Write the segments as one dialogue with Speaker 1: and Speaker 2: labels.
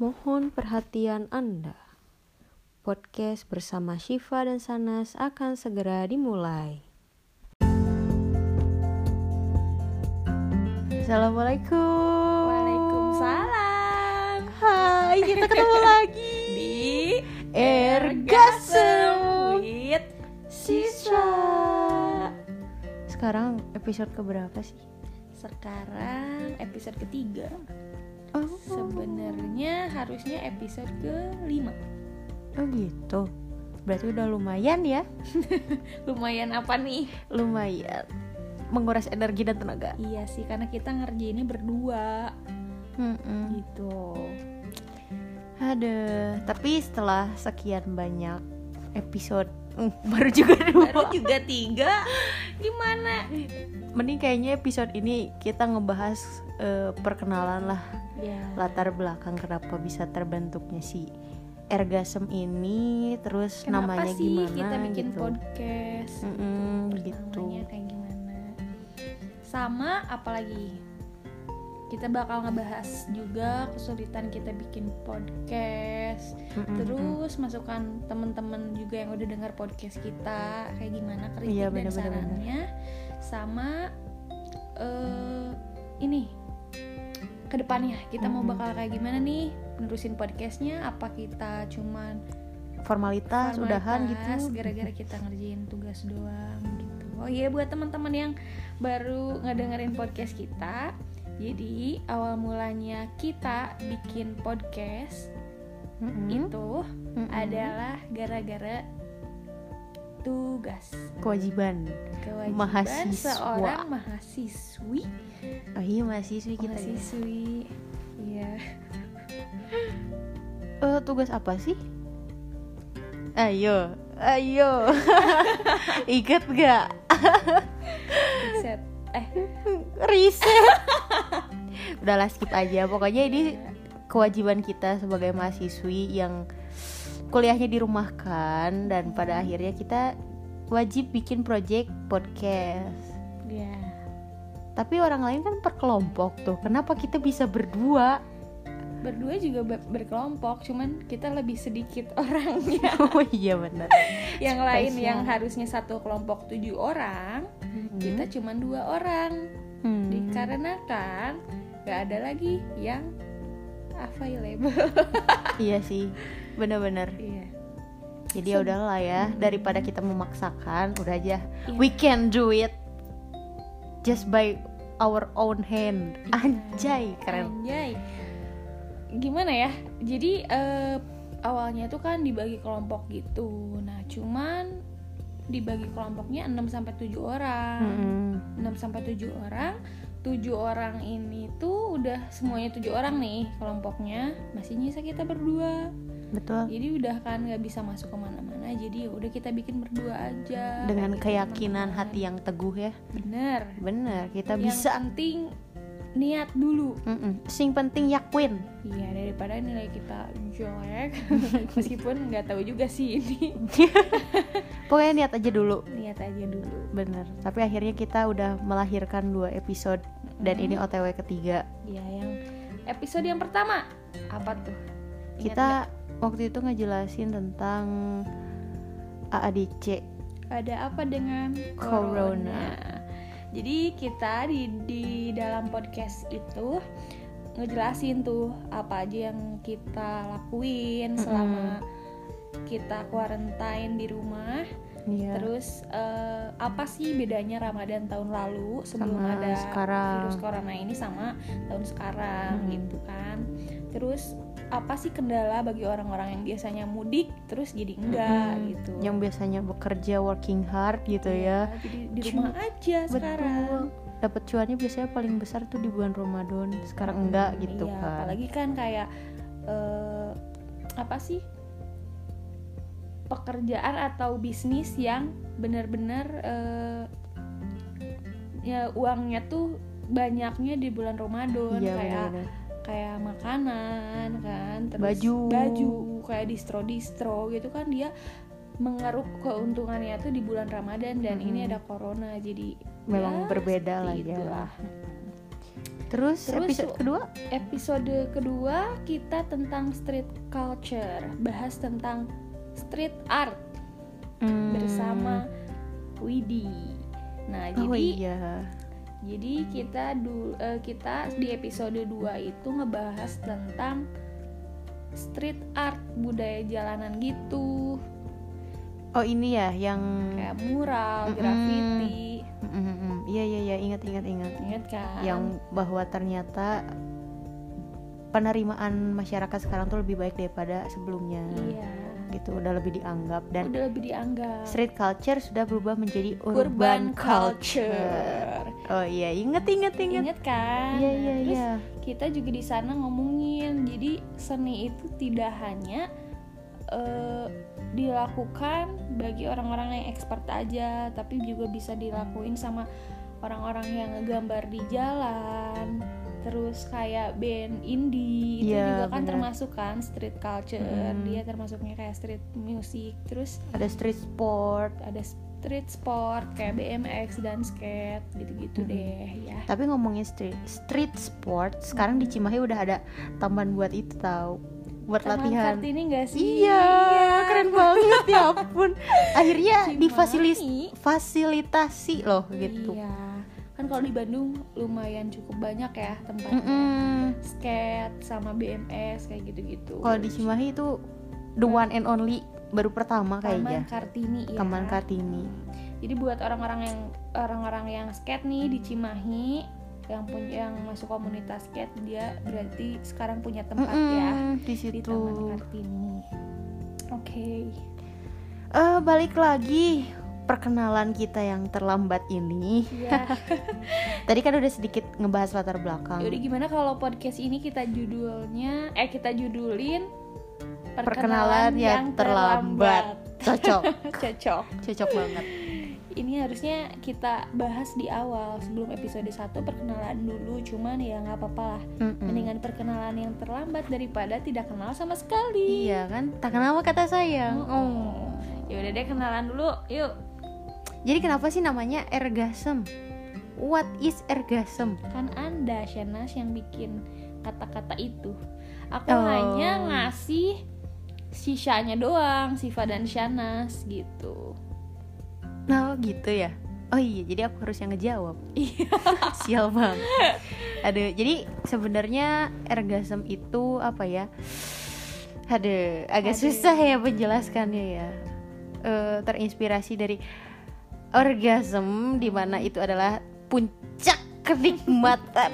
Speaker 1: Mohon perhatian Anda. Podcast bersama Syifa dan Sanas akan segera dimulai. Assalamualaikum.
Speaker 2: Waalaikumsalam.
Speaker 1: Hai, kita ketemu lagi
Speaker 2: Di
Speaker 1: Ergasem
Speaker 2: with
Speaker 1: Siswa. Sekarang episode keberapa sih?
Speaker 2: Sekarang episode ketiga.
Speaker 1: Oh,
Speaker 2: Sebenarnya harusnya episode ke-5.
Speaker 1: oh gitu. Berarti udah lumayan ya?
Speaker 2: Lumayan apa nih?
Speaker 1: Lumayan menguras energi dan tenaga.
Speaker 2: Iya sih, karena kita ngerjainnya berdua gitu.
Speaker 1: Aduh, tapi setelah sekian banyak episode baru juga 2.
Speaker 2: Baru juga 3. Gimana?
Speaker 1: Mending kayaknya episode ini kita ngebahas perkenalan lah,
Speaker 2: Ya.
Speaker 1: latar belakang kenapa bisa terbentuknya si Ergasem ini, terus
Speaker 2: Kenapa
Speaker 1: namanya
Speaker 2: sih
Speaker 1: gimana
Speaker 2: kita bikin
Speaker 1: gitu.
Speaker 2: podcast?
Speaker 1: Gitu.
Speaker 2: Namanya kayak gimana? Sama apalagi? Kita bakal ngebahas juga kesulitan kita bikin podcast. Terus masukan teman-teman juga yang udah dengar podcast kita kayak gimana kritik
Speaker 1: Iya,
Speaker 2: dan
Speaker 1: bener.
Speaker 2: sarannya. Sama ini kedepannya kita mau bakal kayak gimana nih nerusin podcastnya, apa kita cuman
Speaker 1: Formalitas, udahan gitu.
Speaker 2: gara-gara kita ngerjain tugas doang gitu. Oh iya, buat teman-teman yang baru ngedengerin podcast kita, jadi awal mulanya kita bikin podcast itu adalah gara-gara tugas,
Speaker 1: Kewajiban mahasiswa.
Speaker 2: seorang mahasiswi.
Speaker 1: Oh iya, mahasiswi kita ya.
Speaker 2: Mahasiswi, iya.
Speaker 1: Tugas apa sih? Ayo Ingat gak?
Speaker 2: Set.
Speaker 1: Riset. Udahlah, skip aja. Pokoknya ini kewajiban kita sebagai mahasiswi yang kuliahnya dirumahkan, dan pada akhirnya kita wajib bikin project podcast.
Speaker 2: Ya.
Speaker 1: Tapi orang lain kan per kelompok tuh. Kenapa kita bisa berdua?
Speaker 2: Berdua juga berkelompok, cuman kita lebih sedikit orangnya.
Speaker 1: Oh iya benar.
Speaker 2: Yang lain
Speaker 1: Spesial.
Speaker 2: yang harusnya satu kelompok 7 orang, kita cuma 2 orang. Dikarenakan gak ada lagi yang available.
Speaker 1: Iya sih, benar-benar.
Speaker 2: Iya.
Speaker 1: Jadi ya udahlah ya, daripada kita memaksakan, udah aja.
Speaker 2: Iya.
Speaker 1: We can do it just by our own hand. Anjay, keren.
Speaker 2: Anjay. Gimana ya? Jadi awalnya tuh kan dibagi kelompok gitu. Nah, cuman dibagi kelompoknya 6 sampai 7 orang. 6 sampai 7 orang. 7 orang ini tuh udah semuanya 7 orang nih kelompoknya. Masih nyisa kita berdua.
Speaker 1: Betul.
Speaker 2: Jadi udah kan nggak bisa masuk kemana-mana. Jadi udah kita bikin berdua aja.
Speaker 1: Dengan
Speaker 2: Kayak gitu,
Speaker 1: keyakinan
Speaker 2: teman-teman.
Speaker 1: hati yang teguh ya.
Speaker 2: Bener.
Speaker 1: Kita
Speaker 2: Yang
Speaker 1: bisa.
Speaker 2: penting niat dulu.
Speaker 1: Sing penting yakin.
Speaker 2: Iya, daripada nilai kita jelek. Meskipun nggak tahu juga sih ini.
Speaker 1: Pokoknya niat aja dulu.
Speaker 2: Niat aja dulu.
Speaker 1: Bener. Tapi akhirnya kita udah melahirkan 2 episode. Dan ini OTW ketiga.
Speaker 2: Iya, yang episode yang pertama apa tuh? Ingat
Speaker 1: Kita
Speaker 2: nggak?
Speaker 1: waktu itu ngejelasin tentang AADC.
Speaker 2: Ada apa dengan
Speaker 1: Corona.
Speaker 2: Jadi kita di dalam podcast itu ngejelasin tuh apa aja yang kita lakuin selama kita quarantine di rumah.
Speaker 1: Iya.
Speaker 2: Terus apa sih bedanya Ramadan tahun lalu sebelum
Speaker 1: Sama
Speaker 2: ada
Speaker 1: sekarang.
Speaker 2: virus corona ini sama tahun sekarang gitu kan. Terus apa sih kendala bagi orang-orang yang biasanya mudik terus jadi enggak gitu.
Speaker 1: Yang biasanya bekerja working hard gitu ya.
Speaker 2: Jadi di rumah aja sekarang.
Speaker 1: Dapat cuannya biasanya paling besar tuh di bulan Ramadan. Sekarang enggak gitu
Speaker 2: Iya,
Speaker 1: kan.
Speaker 2: apalagi kan kayak apa sih? Pekerjaan atau bisnis yang benar-benar ya uangnya tuh banyaknya di bulan Ramadan.
Speaker 1: Iya,
Speaker 2: Kayak
Speaker 1: benar-benar.
Speaker 2: kayak makanan kan, terus
Speaker 1: Baju
Speaker 2: kayak distro gitu kan, dia mengeruk keuntungannya tuh di bulan Ramadan dan ini ada corona, jadi
Speaker 1: memang
Speaker 2: ya,
Speaker 1: berbeda lah
Speaker 2: seperti
Speaker 1: ya.
Speaker 2: itulah.
Speaker 1: Terus
Speaker 2: episode kedua kita tentang street culture, bahas tentang street art bersama Widi. Nah, jadi kita di episode 2 itu ngebahas tentang street art, budaya jalanan gitu.
Speaker 1: Oh, ini ya yang
Speaker 2: kayak mural, graffiti.
Speaker 1: Iya, ingat
Speaker 2: kan?
Speaker 1: Yang bahwa ternyata penerimaan masyarakat sekarang tuh lebih baik daripada sebelumnya.
Speaker 2: Iya.
Speaker 1: Gitu, udah lebih dianggap. Street culture sudah berubah menjadi urban culture. Oh iya, inget
Speaker 2: kan?
Speaker 1: Iya.
Speaker 2: Terus kita juga di sana ngomongin, jadi seni itu tidak hanya dilakukan bagi orang-orang yang expert aja, tapi juga bisa dilakuin sama orang-orang yang ngegambar di jalan. Terus kayak band indie itu juga kan termasuk kan street culture. Dia termasuknya kayak street music. Terus
Speaker 1: ada street sport
Speaker 2: kayak BMX dan skate gitu-gitu deh ya.
Speaker 1: Tapi ngomongin street sport, sekarang di Cimahi udah ada taman buat itu tahu. Buat
Speaker 2: Taman
Speaker 1: latihan.
Speaker 2: Kartini gak sih?
Speaker 1: Iya, keren banget ya ampun. Akhirnya difasilitasi loh gitu.
Speaker 2: Iya. Kan kalau di Bandung lumayan cukup banyak ya tempatnya. Skate sama BMX kayak gitu-gitu.
Speaker 1: Kalau di Cimahi itu the one and only, baru pertama kayaknya. Taman Kartini.
Speaker 2: Jadi buat orang-orang yang skate nih di Cimahi, yang masuk komunitas skate, dia berarti sekarang punya tempat ya
Speaker 1: di situ,
Speaker 2: di Taman Kartini. Oke.
Speaker 1: Balik lagi perkenalan kita yang terlambat ini.
Speaker 2: Iya.
Speaker 1: Tadi kan udah sedikit ngebahas latar belakang.
Speaker 2: Yaudah, gimana kalau podcast ini kita judulin perkenalan yang terlambat.
Speaker 1: Cocok banget.
Speaker 2: Ini harusnya kita bahas di awal sebelum episode 1, perkenalan dulu. Cuman ya gak apa-apa lah. Mendingan perkenalan yang terlambat daripada tidak kenal sama sekali.
Speaker 1: Iya kan, tak kenal maka kata sayang.
Speaker 2: Ya udah deh, kenalan dulu yuk.
Speaker 1: Jadi kenapa sih namanya ergasm? What is ergasm?
Speaker 2: Kan Anda Shanas yang bikin kata-kata itu. Aku hanya ngasih sisanya doang, Siva dan Shanas gitu.
Speaker 1: Nah gitu ya. Oh iya, jadi aku harus yang ngejawab.
Speaker 2: Iya.
Speaker 1: Sial banget. Aduh, jadi sebenarnya ergasm itu apa ya? Agak susah ya penjelaskannya ya. Terinspirasi dari orgasm, di mana itu adalah puncak kenikmatan.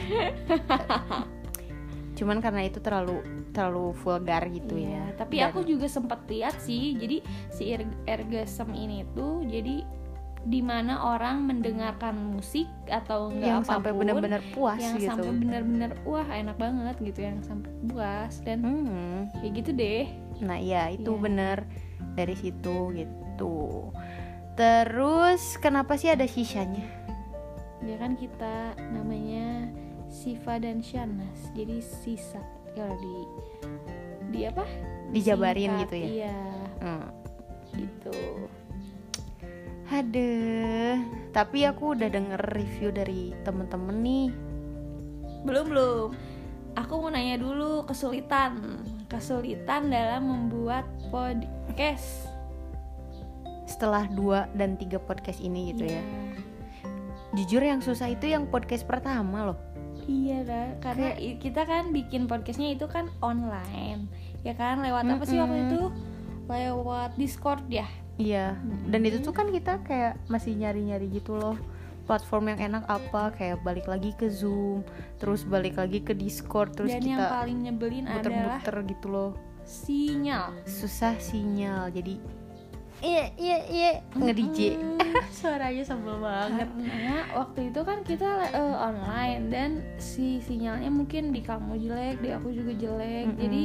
Speaker 1: Cuman karena itu terlalu vulgar gitu ya.
Speaker 2: Tapi aku juga sempat lihat sih. Jadi si orgasm ini tuh jadi di mana orang mendengarkan musik atau enggak
Speaker 1: yang
Speaker 2: apapun
Speaker 1: sampai benar-benar puas
Speaker 2: yang
Speaker 1: gitu.
Speaker 2: Sampai benar-benar wah enak banget gitu, yang sampai puas dan kayak gitu deh.
Speaker 1: Nah, ya itu benar dari situ gitu. Terus kenapa sih ada sisanya?
Speaker 2: Ya kan kita namanya Siva dan Shanas, jadi sisa kalau di apa?
Speaker 1: Dijabarin gitu ya.
Speaker 2: Iya. Gitu.
Speaker 1: Aduh, tapi aku udah denger review dari temen-temen nih.
Speaker 2: Belum. Aku mau nanya dulu kesulitan dalam membuat podcast
Speaker 1: setelah 2 dan 3 podcast ini gitu ya. Jujur yang susah itu yang podcast pertama loh.
Speaker 2: Iya dah, karena kita kan bikin podcastnya itu kan online, ya kan, lewat apa sih waktu itu? Lewat Discord ya.
Speaker 1: Iya. Dan itu tuh kan kita kayak masih nyari-nyari gitu loh, platform yang enak apa, kayak balik lagi ke Zoom, terus balik lagi ke Discord, terus
Speaker 2: dan
Speaker 1: kita
Speaker 2: yang paling nyebelin adalah
Speaker 1: gitu loh.
Speaker 2: Susah sinyal.
Speaker 1: Jadi iya nge-DJ. Suaranya sebel banget.
Speaker 2: Karena waktu itu kan kita online dan si sinyalnya mungkin di kamu jelek, di aku juga jelek. Jadi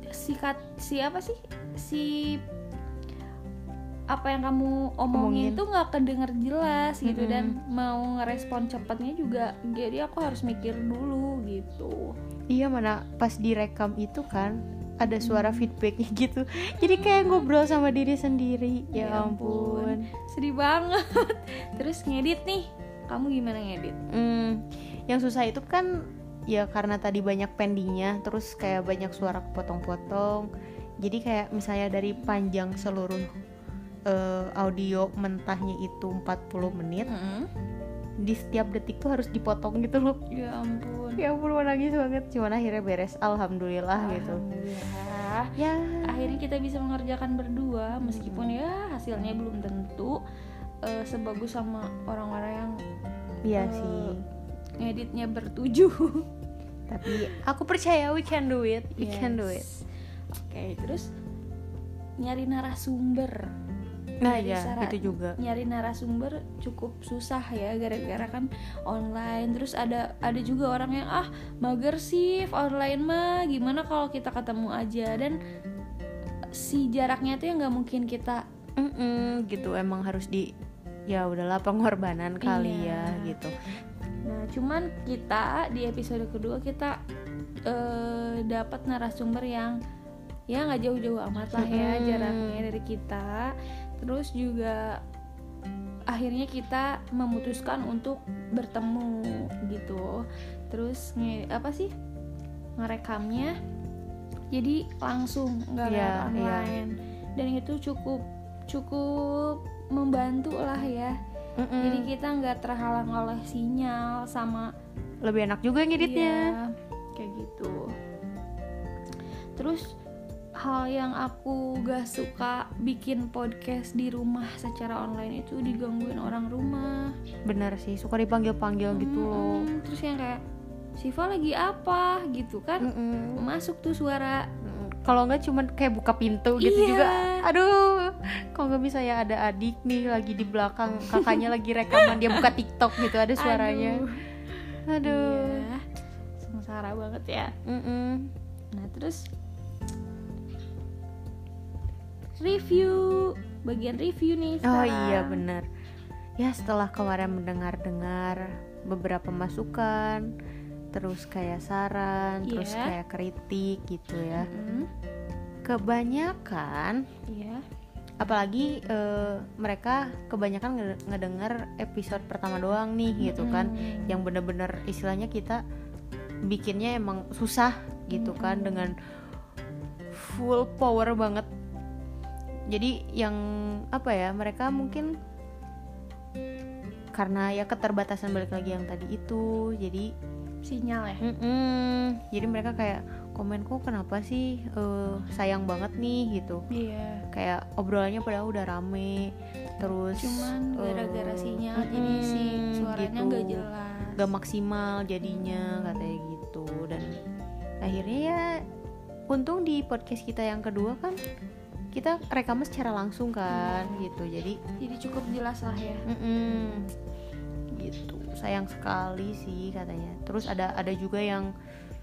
Speaker 2: apa yang kamu omongin tuh nggak kedenger jelas gitu, dan mau ngerespon cepatnya juga, jadi aku harus mikir dulu gitu.
Speaker 1: Iya, mana pas direkam itu kan ada suara feedbacknya gitu, jadi kayak ngobrol sama diri sendiri. Ya ampun,
Speaker 2: sedih banget. Terus ngedit nih, kamu gimana ngedit?
Speaker 1: Yang susah itu kan ya karena tadi banyak pendingnya, terus kayak banyak suara potong-potong. Jadi kayak misalnya dari panjang seluruh audio mentahnya itu 40 menit, di setiap detik tuh harus dipotong gitu loh.
Speaker 2: Ya ampun.
Speaker 1: Ya ampun, nangis banget. Cuman akhirnya beres, alhamdulillah gitu. Ya,
Speaker 2: akhirnya kita bisa mengerjakan berdua, meskipun ya hasilnya belum tentu sebagus sama orang-orang yang
Speaker 1: iya sih.
Speaker 2: ngeditnya bertujuh.
Speaker 1: Tapi aku percaya we can do it. We can do it.
Speaker 2: Oke, terus nyari narasumber.
Speaker 1: Nah ya, itu juga.
Speaker 2: Nyari narasumber cukup susah ya, gara-gara kan online. Terus ada juga orang yang mager sih online mah, gimana kalau kita ketemu aja. Dan si jaraknya tuh yang nggak mungkin kita
Speaker 1: gitu, emang harus ya udahlah pengorbanan kali ya gitu.
Speaker 2: Nah cuman kita di episode kedua kita dapat narasumber yang ya nggak jauh-jauh amat lah ya jaraknya dari kita. Terus juga akhirnya kita memutuskan untuk bertemu gitu. Terus ngerekamnya jadi langsung, nggak lewat online. Dan itu cukup membantu lah ya. Jadi kita nggak terhalang oleh sinyal, sama
Speaker 1: lebih enak juga ngeditnya.
Speaker 2: Iya, kayak gitu. Terus hal yang aku gak suka bikin podcast di rumah secara online itu digangguin orang rumah.
Speaker 1: Bener sih, suka dipanggil-panggil gitu loh.
Speaker 2: Terus yang kayak Siva lagi apa gitu kan, masuk tuh suara.
Speaker 1: Kalau nggak cuman kayak buka pintu gitu juga. Aduh, kalau nggak bisa ya ada adik nih lagi di belakang, kakaknya lagi rekaman, dia buka TikTok gitu, ada suaranya. Aduh.
Speaker 2: Iya, sengsara banget ya. Nah terus bagian review nih sekarang.
Speaker 1: Oh iya benar. Ya setelah kemarin mendengar beberapa masukan, terus kayak saran, terus kayak kritik gitu ya. Kebanyakan apalagi mereka kebanyakan ngedenger episode pertama doang nih gitu kan, yang bener-bener istilahnya kita bikinnya emang susah gitu kan, dengan full power banget. Jadi yang mereka mungkin karena ya keterbatasan, balik lagi yang tadi itu, jadi
Speaker 2: sinyal ya.
Speaker 1: Jadi mereka kayak komen, kok kenapa sih sayang banget nih gitu. Kayak obrolannya padahal udah rame, terus
Speaker 2: cuman gara-gara sinyal jadi si suaranya gitu, gak jelas,
Speaker 1: gak maksimal jadinya, katanya gitu. Dan akhirnya ya untung di podcast kita yang kedua kan kita rekaman secara langsung kan gitu, jadi
Speaker 2: cukup jelas lah ya.
Speaker 1: Gitu, sayang sekali sih katanya. Terus ada juga yang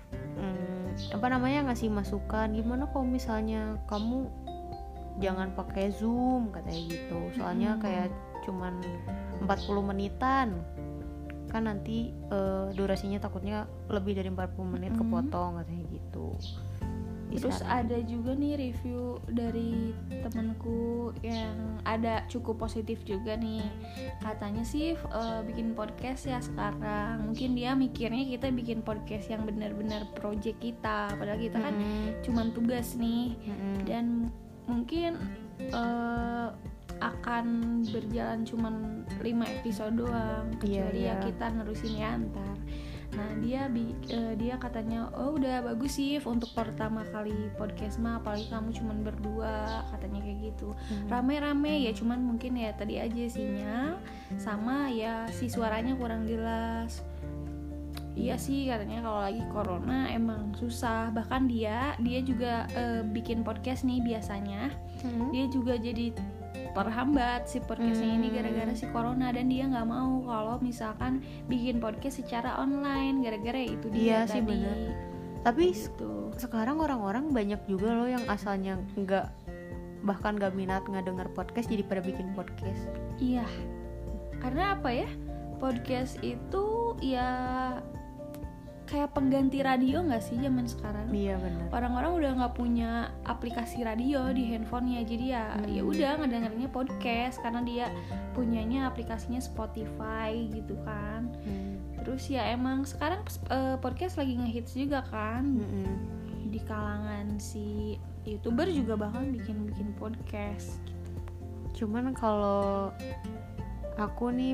Speaker 1: ngasih masukan, gimana kalau misalnya kamu jangan pakai Zoom katanya gitu, soalnya kayak cuman 40 menitan kan, nanti durasinya takutnya lebih dari 40 menit kepotong katanya gitu.
Speaker 2: Terus ada juga nih review dari temanku yang ada cukup positif juga nih. Katanya sih bikin podcast ya sekarang, mungkin dia mikirnya kita bikin podcast yang benar-benar project kita, padahal kita kan cuman tugas nih. Dan mungkin akan berjalan cuman 5 episode doang, kecuali ya kita nerusinnya antar. Nah dia katanya, oh udah bagus sih untuk pertama kali podcast mah, apalagi kamu cuman berdua, katanya kayak gitu. Rame-rame ya, cuman mungkin ya tadi aja sinyal sama ya si suaranya kurang jelas. Iya sih, katanya kalau lagi corona emang susah. Bahkan dia juga bikin podcast nih biasanya, dia juga jadi terhambat si podcastnya ini gara-gara si corona, dan dia nggak mau kalau misalkan bikin podcast secara online gara-gara itu dia
Speaker 1: tadi. Iya sih benar. Tapi sekarang orang-orang banyak juga loh yang asalnya bahkan nggak minat ngedenger podcast jadi pada bikin podcast.
Speaker 2: Iya, karena apa ya, podcast itu ya kayak pengganti radio nggak sih zaman sekarang?
Speaker 1: Iya benar.
Speaker 2: Orang-orang udah nggak punya aplikasi radio di handphonenya, jadi ya udah ngedengerinnya podcast karena dia punyanya aplikasinya Spotify gitu kan. Terus ya emang sekarang podcast lagi ngehits juga kan. Di kalangan si YouTuber juga bahkan bikin podcast gitu.
Speaker 1: Cuman kalau aku nih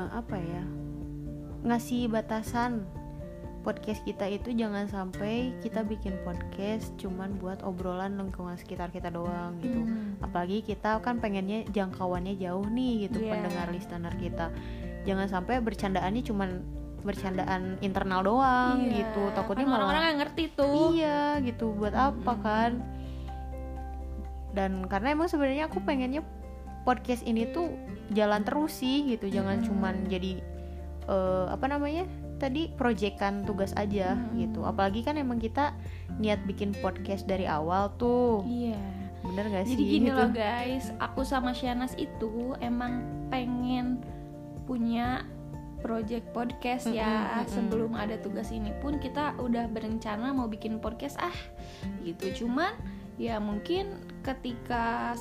Speaker 1: ngasih batasan podcast kita itu jangan sampai kita bikin podcast cuman buat obrolan lingkungan sekitar kita doang gitu. Apalagi kita kan pengennya jangkauannya jauh nih gitu, pendengar listener kita. Jangan sampai bercandaannya cuman bercandaan internal doang gitu. Takutnya
Speaker 2: kan
Speaker 1: malah
Speaker 2: orang-orang nggak ngerti tuh.
Speaker 1: Iya gitu, buat apa kan? Dan karena emang sebenarnya aku pengennya podcast ini tuh jalan terus sih gitu. Jangan cuman jadi proyekan tugas aja gitu. Apalagi kan emang kita niat bikin podcast dari awal tuh.
Speaker 2: Iya.
Speaker 1: Bener gak sih?
Speaker 2: Jadi gini
Speaker 1: gitu
Speaker 2: loh guys, aku sama Syanas itu emang pengen punya project podcast ya. Sebelum ada tugas ini pun kita udah berencana mau bikin podcast gitu. Cuman ya mungkin ketika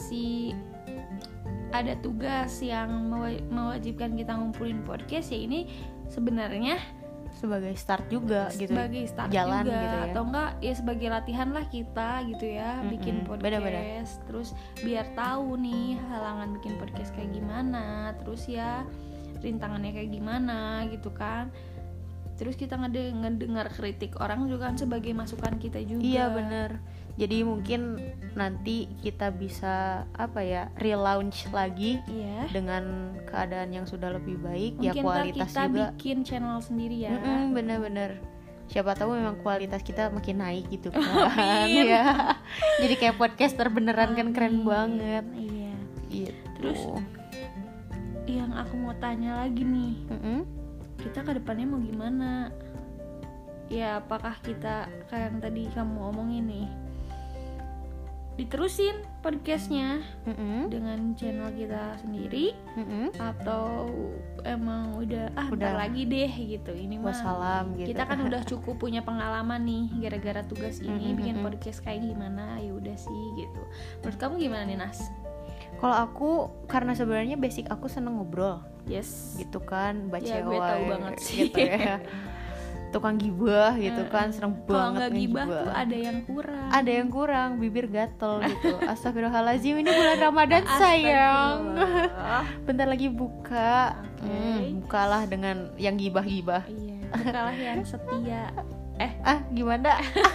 Speaker 2: ada tugas yang mewajibkan kita ngumpulin podcast, ya ini sebenarnya
Speaker 1: sebagai start juga gitu,
Speaker 2: sebagai start
Speaker 1: jalan
Speaker 2: juga,
Speaker 1: gitu ya,
Speaker 2: atau enggak ya sebagai latihan lah kita gitu ya, bikin podcast.
Speaker 1: Beda-beda.
Speaker 2: Terus biar tahu nih halangan bikin podcast kayak gimana, terus ya rintangannya kayak gimana gitu kan. Terus kita ngedengar kritik orang juga kan sebagai masukan kita juga.
Speaker 1: Iya bener. Jadi mungkin nanti kita bisa relaunch lagi dengan keadaan yang sudah lebih baik. Mungkin ya kualitas
Speaker 2: kita
Speaker 1: juga
Speaker 2: bikin channel sendiri ya.
Speaker 1: Bener-bener. Siapa tahu memang kualitas kita makin naik gitu kan. Ya. Jadi kayak podcaster beneran. Kan keren banget.
Speaker 2: Iya.
Speaker 1: Gitu.
Speaker 2: Terus yang aku mau tanya lagi nih, kita ke depannya mau gimana? Ya apakah kita kayak yang tadi kamu omongin nih, diterusin podcastnya dengan channel kita sendiri, atau emang udah bentar lagi deh gitu, ini mah
Speaker 1: wassalam gitu.
Speaker 2: Kita kan udah cukup punya pengalaman nih gara-gara tugas ini bikin podcast kayak gimana, ya udah sih gitu. Menurut kamu gimana nih Nas?
Speaker 1: Kalau aku karena sebenarnya basic aku seneng ngobrol, gitu kan, baca
Speaker 2: ya, gue tahu banget sih
Speaker 1: gitu ya. Tukang gibah gitu kan, serem banget
Speaker 2: ngegibah tuh ada yang kurang,
Speaker 1: bibir gatel gitu. Astagfirullahaladzim, ini bulan Ramadan sayang. Bentar lagi buka. Bukalah dengan yang gibah-gibah.
Speaker 2: Iya, bukalah yang setia.
Speaker 1: Gimana?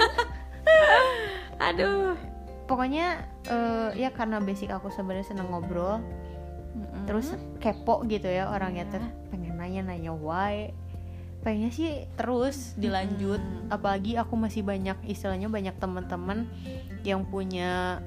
Speaker 2: Aduh.
Speaker 1: Pokoknya ya karena basic aku sebenarnya seneng ngobrol. Terus kepo gitu ya orangnya tuh, pengen nanya wae. Pengennya sih terus dilanjut, apalagi aku masih banyak teman-teman yang punya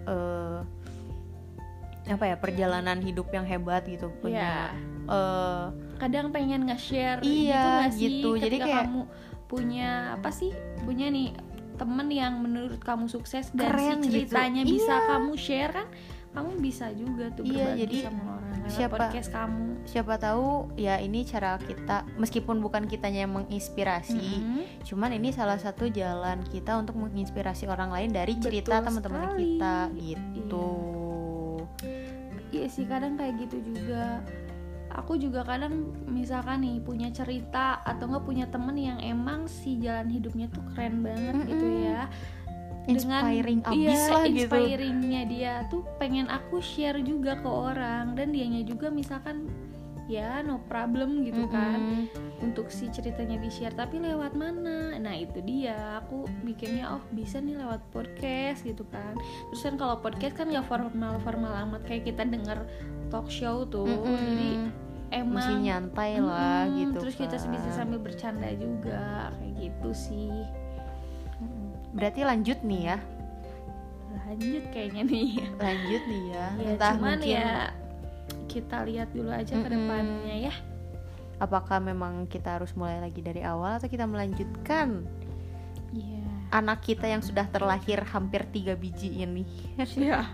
Speaker 1: perjalanan hidup yang hebat gitu, punya
Speaker 2: kadang pengen nge-share
Speaker 1: gitu nggak sih,
Speaker 2: gitu.
Speaker 1: Jadi kayak
Speaker 2: kamu punya nih temen yang menurut kamu sukses dan
Speaker 1: keren
Speaker 2: si ceritanya
Speaker 1: gitu.
Speaker 2: Bisa kamu share kan, kamu bisa juga tuh berbagi
Speaker 1: jadi
Speaker 2: sama orang lewat podcast kamu.
Speaker 1: Siapa tahu ya ini cara kita, meskipun bukan kitanya yang menginspirasi, cuman ini salah satu jalan kita untuk menginspirasi orang lain dari cerita teman-teman kita gitu.
Speaker 2: Iya sih, kadang kayak gitu juga. Aku juga kadang misalkan nih punya cerita atau nggak punya temen yang emang si jalan hidupnya tuh keren banget gitu ya,
Speaker 1: inspiring abis lah gitu.
Speaker 2: Inspiringnya dia tuh pengen aku share juga ke orang, dan dianya juga misalkan ya no problem gitu kan untuk si ceritanya di share, tapi lewat mana? Nah itu dia, aku mikirnya bisa nih lewat podcast gitu kan. Terus kan kalau podcast kan nggak formal amat kayak kita denger talk show tuh, jadi emang
Speaker 1: masih nyantai lah gitu.
Speaker 2: Terus kita bisa sambil bercanda juga kayak gitu sih.
Speaker 1: Berarti lanjut nih ya?
Speaker 2: Lanjut kayaknya nih.
Speaker 1: Lanjut nih ya.
Speaker 2: Entah cuman mungkin ya kita lihat dulu aja ke depannya ya.
Speaker 1: Apakah memang kita harus mulai lagi dari awal atau kita melanjutkan anak kita yang sudah terlahir hampir 3 biji ini?
Speaker 2: Iya.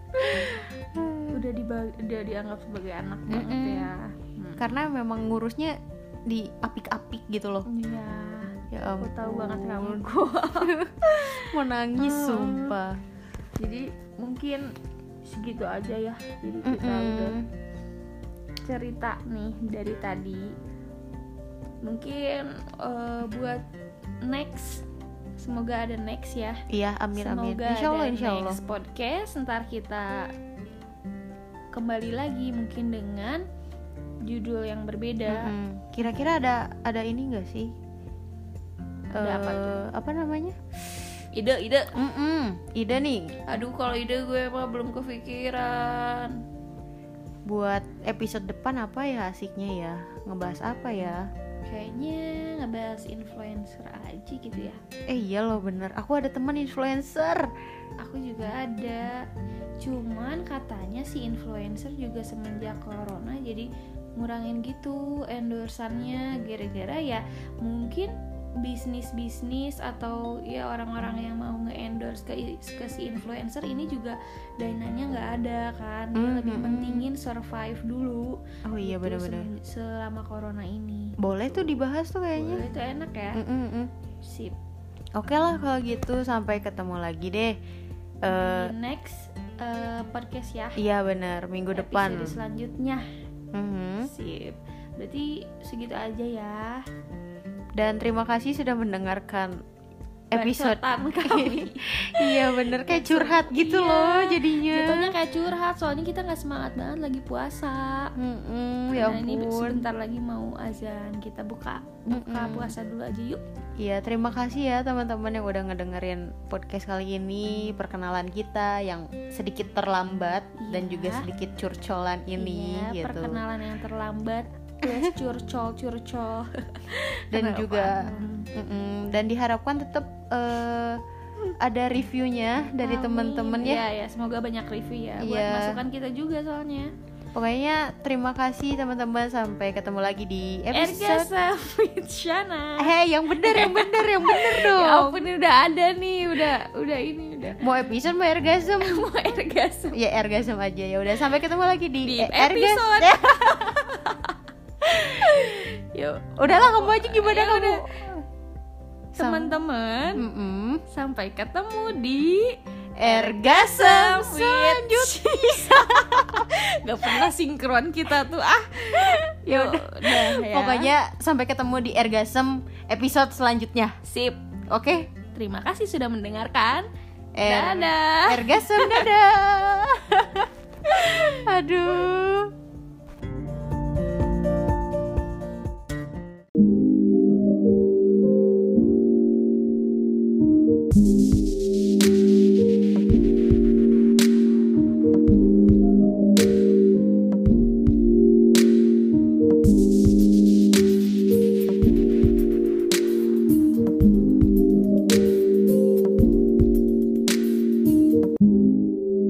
Speaker 2: Udah dianggap sebagai anak banget ya.
Speaker 1: Karena memang ngurusnya di apik-apik gitu loh.
Speaker 2: Iya.
Speaker 1: Ya
Speaker 2: Aku
Speaker 1: ampun.
Speaker 2: tahu banget kamu gua.
Speaker 1: Mau nangis sumpah.
Speaker 2: Jadi mungkin segitu aja ya. Jadi kita udah cerita nih dari tadi. Mungkin buat next, semoga ada next ya.
Speaker 1: Iya, amin.
Speaker 2: Semoga
Speaker 1: Insyaallah,
Speaker 2: ada
Speaker 1: insyaallah.
Speaker 2: next podcast. Ntar kita kembali lagi mungkin dengan judul yang berbeda.
Speaker 1: Kira-kira ada ini nggak sih?
Speaker 2: Ada apa tuh?
Speaker 1: Apa namanya?
Speaker 2: Ide.
Speaker 1: Ide nih
Speaker 2: Aduh, kalau ide gue mah belum kepikiran.
Speaker 1: buat episode depan apa ya asiknya ya? Ngebahas apa ya?
Speaker 2: Kayaknya ngebahas influencer aja gitu ya.
Speaker 1: Iya loh, bener. Aku ada teman influencer.
Speaker 2: Aku juga ada. Cuman katanya si influencer juga semenjak corona jadi ngurangin gitu endorsannya, gara-gara ya mungkin bisnis atau ya orang-orang yang mau nge-endorse ke si influencer ini juga dananya nggak ada kan. Dia lebih pentingin survive dulu.
Speaker 1: Oh iya,
Speaker 2: gitu,
Speaker 1: benar-benar.
Speaker 2: selama corona ini.
Speaker 1: Boleh tuh dibahas tuh kayaknya.
Speaker 2: Boleh, itu enak ya. Sip.
Speaker 1: Oke lah kalau gitu, sampai ketemu lagi deh.
Speaker 2: Di next podcast ya.
Speaker 1: Iya benar, minggu depan.
Speaker 2: Episode selanjutnya.
Speaker 1: Mhm.
Speaker 2: Sip. Berarti segitu aja ya.
Speaker 1: Dan terima kasih sudah mendengarkan episode
Speaker 2: Bacotan kami.
Speaker 1: Iya bener, kayak curhat gitu
Speaker 2: Iya.
Speaker 1: loh jadinya.
Speaker 2: Jatuhnya kayak curhat, soalnya kita nggak semangat banget lagi puasa.
Speaker 1: Ya
Speaker 2: Nah ini
Speaker 1: ampun.
Speaker 2: sebentar lagi mau azan, kita buka puasa dulu aja yuk.
Speaker 1: Iya, terima kasih ya teman-teman yang udah ngedengerin podcast kali ini, perkenalan kita yang sedikit terlambat dan
Speaker 2: Iya.
Speaker 1: juga sedikit curcolan ini
Speaker 2: Iya,
Speaker 1: gitu.
Speaker 2: perkenalan yang terlambat. Yes, curcol.
Speaker 1: Dan
Speaker 2: Kenapa?
Speaker 1: juga dan diharapkan tetap ada reviewnya dari
Speaker 2: Amin.
Speaker 1: teman-teman ya.
Speaker 2: Iya, semoga banyak review ya buat
Speaker 1: Iya.
Speaker 2: masukan kita juga soalnya.
Speaker 1: Pokoknya terima kasih teman-teman, sampai ketemu lagi di episode.
Speaker 2: Ergasa with Shana.
Speaker 1: Yang bener dong.
Speaker 2: Ya ampun, udah ada nih, udah ini udah.
Speaker 1: Mau episode mau ergasm?
Speaker 2: Mau ergasm.
Speaker 1: Ya ergasm aja ya. Udah, sampai ketemu lagi di
Speaker 2: episode. Yuk,
Speaker 1: Udahlah, kamu aja gimana
Speaker 2: Ya
Speaker 1: kamu?
Speaker 2: udah. Teman-teman, sampai ketemu di
Speaker 1: Ergasm
Speaker 2: selanjutnya. Gak pernah sinkron kita tuh
Speaker 1: Ya udah
Speaker 2: ya.
Speaker 1: Pokoknya sampai ketemu di Ergasm episode selanjutnya.
Speaker 2: Sip.
Speaker 1: Oke?
Speaker 2: Terima kasih sudah mendengarkan. Dadah.
Speaker 1: Ergasm, dadah. Aduh.